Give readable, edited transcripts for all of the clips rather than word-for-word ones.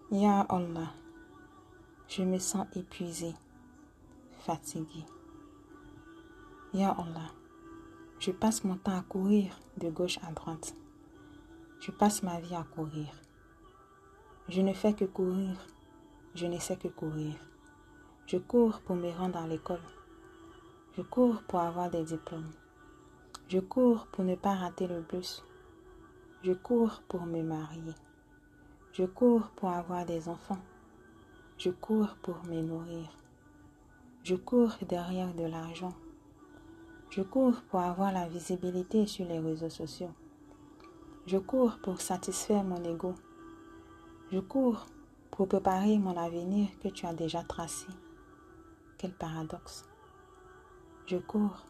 Ya Allah, je me sens épuisée, fatiguée. Ya Allah, je passe mon temps à courir de gauche à droite. Je passe ma vie à courir. Je ne fais que courir, je ne sais que courir. Je cours pour me rendre à l'école. Je cours pour avoir des diplômes. Je cours pour ne pas rater le bus. Je cours pour me marier. Je cours pour avoir des enfants. Je cours pour me nourrir. Je cours derrière de l'argent. Je cours pour avoir la visibilité sur les réseaux sociaux. Je cours pour satisfaire mon ego. Je cours pour préparer mon avenir que tu as déjà tracé. Quel paradoxe. Je cours.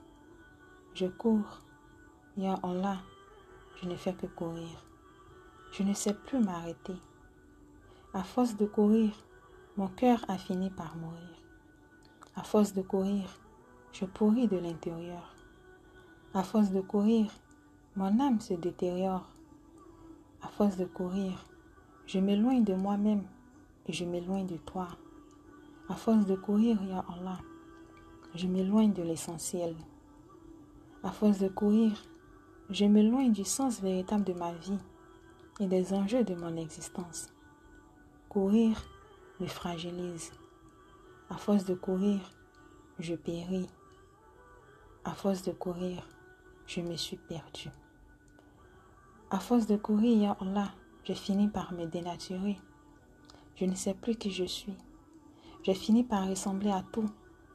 Ya Allah, je ne fais que courir. Je ne sais plus m'arrêter. À force de courir, mon cœur a fini par mourir. À force de courir, je pourris de l'intérieur. À force de courir, mon âme se détériore. À force de courir, je m'éloigne de moi-même et je m'éloigne de toi. À force de courir, Ya Allah, je m'éloigne de l'essentiel. À force de courir, je m'éloigne du sens véritable de ma vie et des enjeux de mon existence. Courir me fragilise. À force de courir, je péris. À force de courir, je me suis perdue. À force de courir, Ya Allah, j'ai fini par me dénaturer. Je ne sais plus qui je suis. J'ai fini par ressembler à tout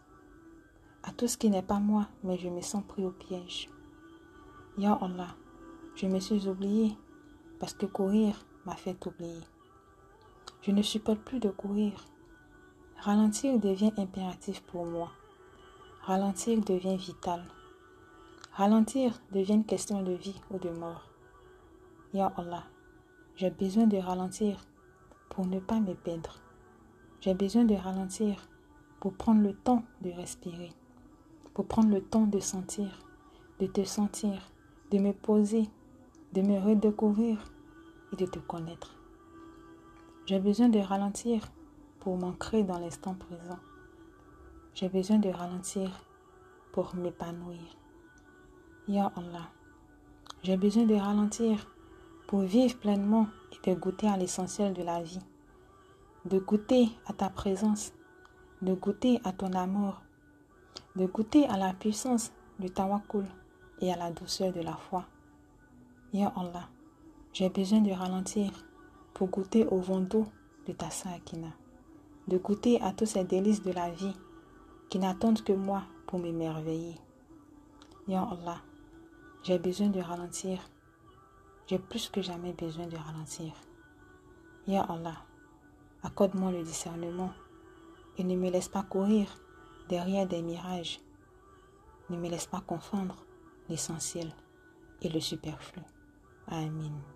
ce qui n'est pas moi, mais je me sens pris au piège. Ya Allah, je me suis oubliée parce que courir m'a fait oublier. Je ne supporte plus de courir. Ralentir devient impératif pour moi. Ralentir devient vital. Ralentir devient une question de vie ou de mort. Ya Allah, j'ai besoin de ralentir pour ne pas me perdre. J'ai besoin de ralentir pour prendre le temps de respirer, pour prendre le temps de sentir, de te sentir, de me poser, de me redécouvrir et de te connaître. J'ai besoin de ralentir pour m'ancrer dans l'instant présent. J'ai besoin de ralentir pour m'épanouir. Ya Allah, j'ai besoin de ralentir pour vivre pleinement et de goûter à l'essentiel de la vie, de goûter à ta présence, de goûter à ton amour, de goûter à la puissance du tawakkul et à la douceur de la foi. Ya Allah, j'ai besoin de ralentir pour goûter au vent doux de ta sakina, de goûter à tous ces délices de la vie qui n'attendent que moi pour m'émerveiller. Ya Allah, j'ai besoin de ralentir. J'ai plus que jamais besoin de ralentir. Ya Allah, accorde-moi le discernement et ne me laisse pas courir derrière des mirages. Ne me laisse pas confondre l'essentiel et le superflu. Amin.